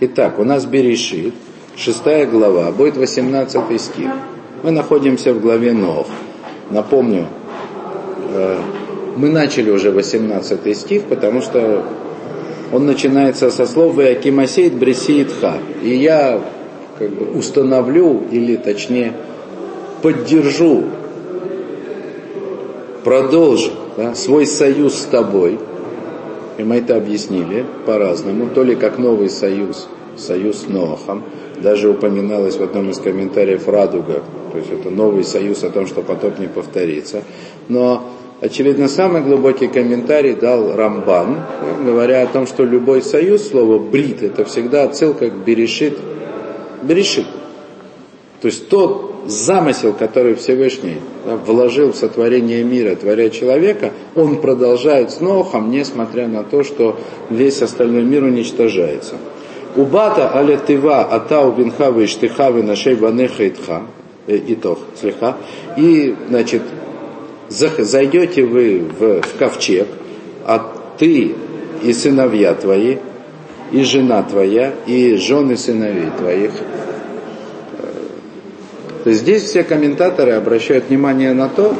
Итак, у нас Берешит, 6 глава, будет 18 стих. Мы находимся в главе Ноах. Напомню, мы начали уже 18 стих, потому что он начинается со слов «Веакимасейт бресиитха». И я установлю, или точнее поддержу, продолжу свой союз с тобой. И мы это объяснили по-разному, то ли как новый союз с Ноахом, даже упоминалось в одном из комментариев радуга, то есть это новый союз о том, что потоп не повторится. Но, очевидно, самый глубокий комментарий дал Рамбан, говоря о том, что любой союз, слово брит, это всегда отсылка к Берешит. Берешит. То есть тот замысел, который Всевышний вложил в сотворение мира, творя человека, он продолжает с Ноахом, несмотря на то, что весь остальной мир уничтожается. Убата аля тыва атау бинхавы иштыхавы нашей ванеха итха, итох, слегка. И, значит, зайдете вы в ковчег, а ты и сыновья твои, и жена твоя, и жены сыновей твоих. То есть здесь все комментаторы обращают внимание на то,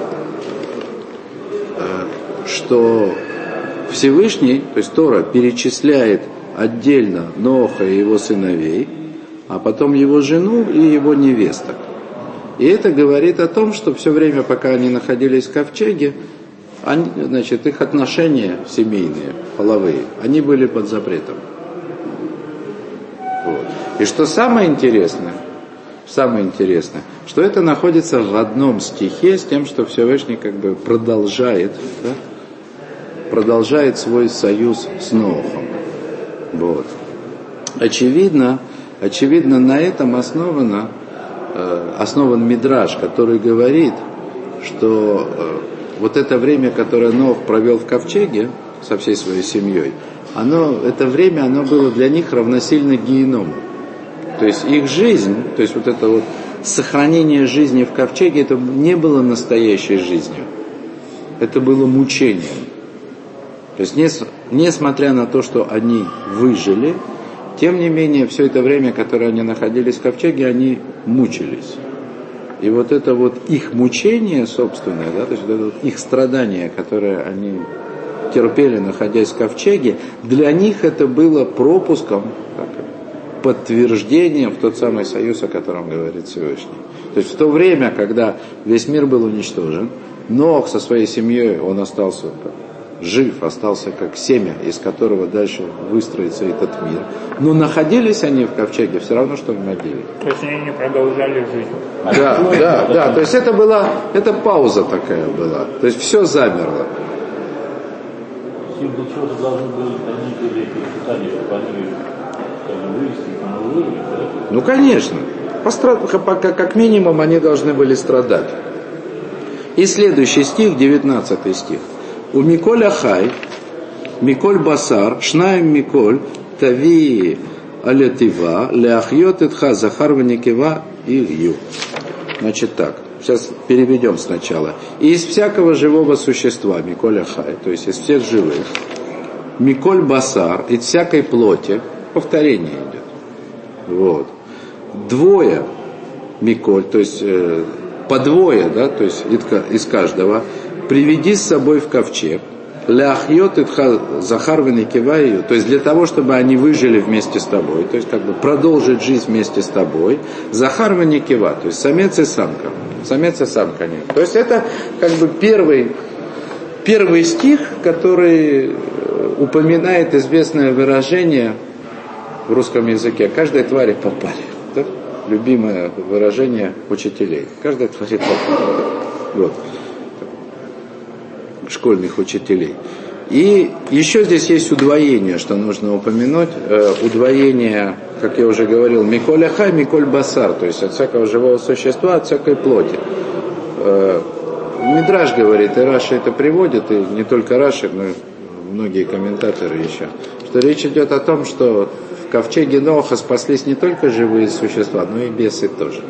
что Всевышний, то есть Тора, перечисляет отдельно Ноаха и его сыновей, а потом его жену и его невесток. И это говорит о том, что все время, пока они находились в ковчеге, значит, их отношения семейные, половые, они были под запретом. Вот. И что самое интересное, что это находится в одном стихе с тем, что Всевышний продолжает свой союз с Ноахом. Вот. Очевидно, на этом основан мидраш, который говорит, что вот это время, которое Ноах провел в ковчеге со всей своей семьей, это время было для них равносильно гееному. То есть их жизнь, то есть вот это вот сохранение жизни в ковчеге, это не было настоящей жизнью. Это было мучением. То есть несмотря на то, что они выжили, тем не менее, все это время, которое они находились в ковчеге, они мучились. И вот это вот их мучение собственное, то есть вот это вот их страдание, которое они терпели, находясь в ковчеге, для них это было пропуском, подтверждением в тот самый союз, о котором говорит Всевышний. То есть в то время, когда весь мир был уничтожен, Ноах со своей семьей, он остался жив, остался как семя, из которого дальше выстроится этот мир. Но находились они в ковчеге все равно, что в могиле. То есть они не продолжали жизнь. Да. То есть это пауза такая была. То есть все замерло. Для чего-то должны были они испытания, чтобы они вывести на уровень, да? Ну, конечно. Как минимум они должны были страдать. И следующий стих, 19 стих. У Миколь Ахай, Миколь Басар, Шнаем Миколь, Тави Алетива, Ляхьот Этха, Захар Ваникева и Ю. Значит так, сейчас переведем сначала. И из всякого живого существа, Миколь Ахай, то есть из всех живых, Миколь Басар, из всякой плоти, повторение идет. Вот. Двое Миколь, то есть по двое, то есть из каждого, приведи с собой в ковчег, ляхьот итха захар венекиваю, то есть для того, чтобы они выжили вместе с тобой, то есть продолжить жизнь вместе с тобой, захар венекива, то есть самец и самка нет. То есть это первый стих, который упоминает известное выражение в русском языке: каждой твари попали. Да? Любимое выражение учителей. Каждой твари попали. Вот. Школьных учителей. И еще здесь есть удвоение, что нужно упомянуть. Удвоение, как я уже говорил, Миколь Ахай, Миколь Басар, то есть от всякого живого существа, от всякой плоти. Мидраш говорит, и Раши это приводит, и не только Раши, но и многие комментаторы еще, что речь идет о том, что в ковчеге Ноаха спаслись не только живые существа, но и бесы тоже.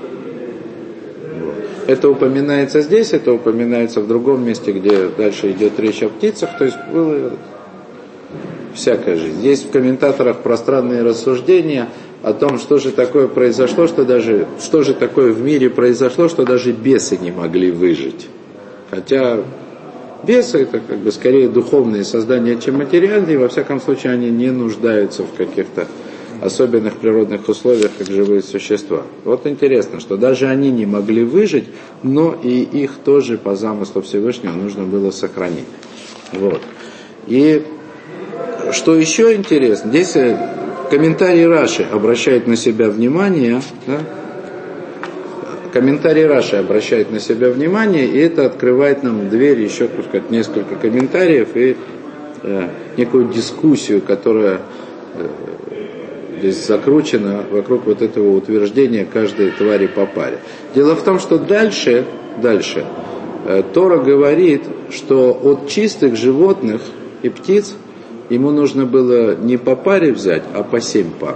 Это упоминается здесь, это упоминается в другом месте, где дальше идет речь о птицах, то есть было всякая жизнь. Есть в комментаторах пространные рассуждения о том, что же такое произошло, что же такое в мире произошло, что даже бесы не могли выжить. Хотя бесы это как бы скорее духовные создания, чем материальные, во всяком случае они не нуждаются в каких-то особенных природных условиях, как живые существа. Вот интересно, что даже они не могли выжить, но и их тоже по замыслу Всевышнего нужно было сохранить. Вот. И что еще интересно, здесь комментарий Раши обращает на себя внимание, да? Комментарий Раши обращает на себя внимание, и это открывает нам дверь, еще, так сказать, несколько комментариев и некую дискуссию, которая здесь закручена вокруг вот этого утверждения каждой твари по паре. Дело в том, что дальше Тора говорит, что от чистых животных и птиц ему нужно было не по паре взять, а по 7 пар.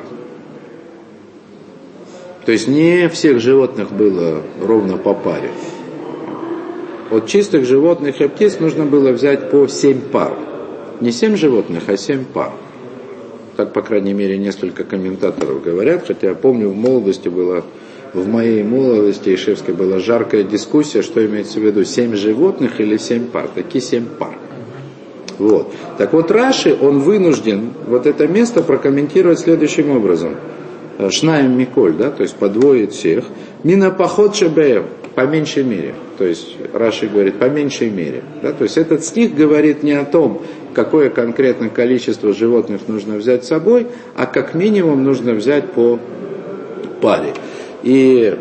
То есть не всех животных было ровно по паре. От чистых животных и птиц нужно было взять по 7 пар. Не 7 животных, а 7 пар. Так, по крайней мере, несколько комментаторов говорят, хотя я помню, в моей молодости Ишевской была жаркая дискуссия, что имеется в виду, 7 животных или 7 пар. Такие 7 пар. Вот. Так вот, Раши, он вынужден вот это место прокомментировать следующим образом. Шнаем Миколь, да, то есть подвоит всех. Мина поход шебеев, по меньшей мере. То есть Раши говорит, по меньшей мере. Да, то есть этот стих говорит не о том, какое конкретное количество животных нужно взять с собой, а как минимум нужно взять по паре. И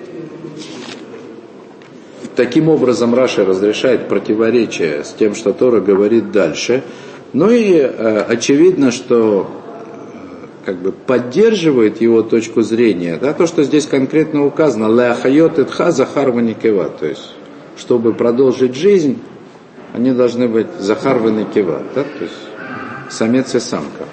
таким образом Раши разрешает противоречие с тем, что Тора говорит дальше. Ну и очевидно, что как бы поддерживает его точку зрения, да, то, что здесь конкретно указано, «Леахайот итха захар ваникева», то есть, чтобы продолжить жизнь, они должны быть захар ваникева, да, то есть, самец и самка.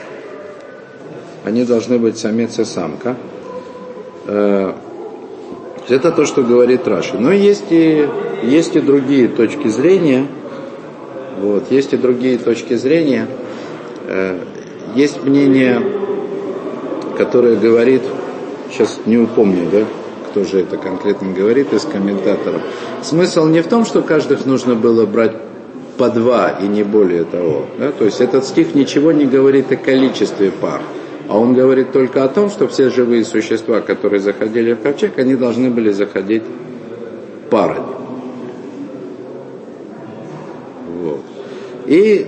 Они должны быть самец и самка. Это то, что говорит Раши. Но есть и другие точки зрения. Вот, есть и другие точки зрения. Есть мнение, которое говорит, сейчас не упомню, да, кто же это конкретно говорит из комментаторов. Смысл не в том, что каждых нужно было брать по 2 и не более того. Да? То есть этот стих ничего не говорит о количестве пар. А он говорит только о том, что все живые существа, которые заходили в ковчег, они должны были заходить парами. Вот. И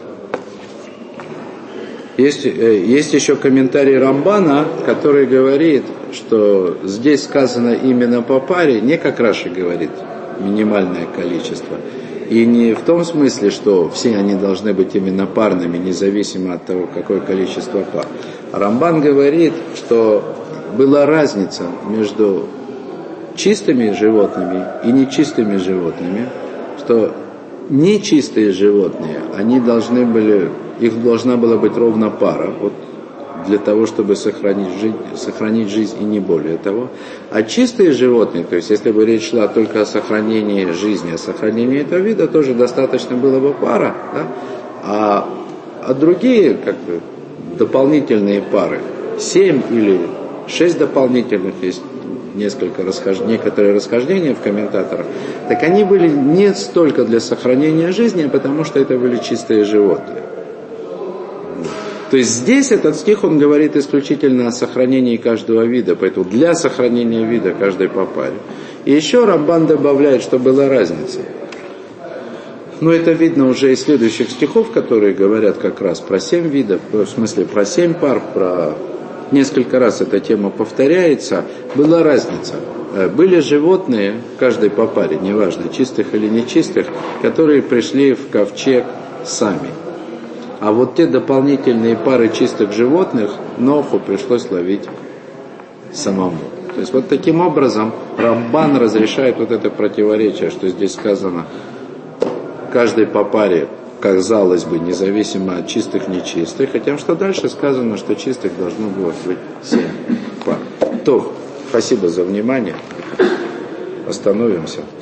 есть еще комментарий Рамбана, который говорит, что здесь сказано именно по паре, не как Раши говорит, минимальное количество. И не в том смысле, что все они должны быть именно парными, независимо от того, какое количество пар. Рамбан говорит, что была разница между чистыми животными и нечистыми животными, что нечистые животные, их должна была быть ровно пара, вот для того, чтобы сохранить жизнь и не более того. А чистые животные, то есть если бы речь шла только о сохранении жизни, о сохранении этого вида, тоже достаточно было бы пара, да? А другие как бы дополнительные пары, 7 или 6 дополнительных, есть некоторые расхождения в комментаторах, так они были не столько для сохранения жизни, а потому что это были чистые животные. То есть здесь этот стих, он говорит исключительно о сохранении каждого вида, поэтому для сохранения вида каждой по паре. И еще Рамбан добавляет, что была разница. Но это видно уже из следующих стихов, которые говорят как раз про 7 видов, в смысле про 7 пар, про несколько раз эта тема повторяется. Была разница. Были животные, каждой по паре, неважно, чистых или нечистых, которые пришли в ковчег сами. А вот те дополнительные пары чистых животных Ноху пришлось ловить самому. То есть вот таким образом Рамбан разрешает вот это противоречие, что здесь сказано каждый по паре, казалось бы, независимо от чистых и нечистых, хотя что дальше сказано, что чистых должно было быть 7 пар. То, спасибо за внимание. Остановимся.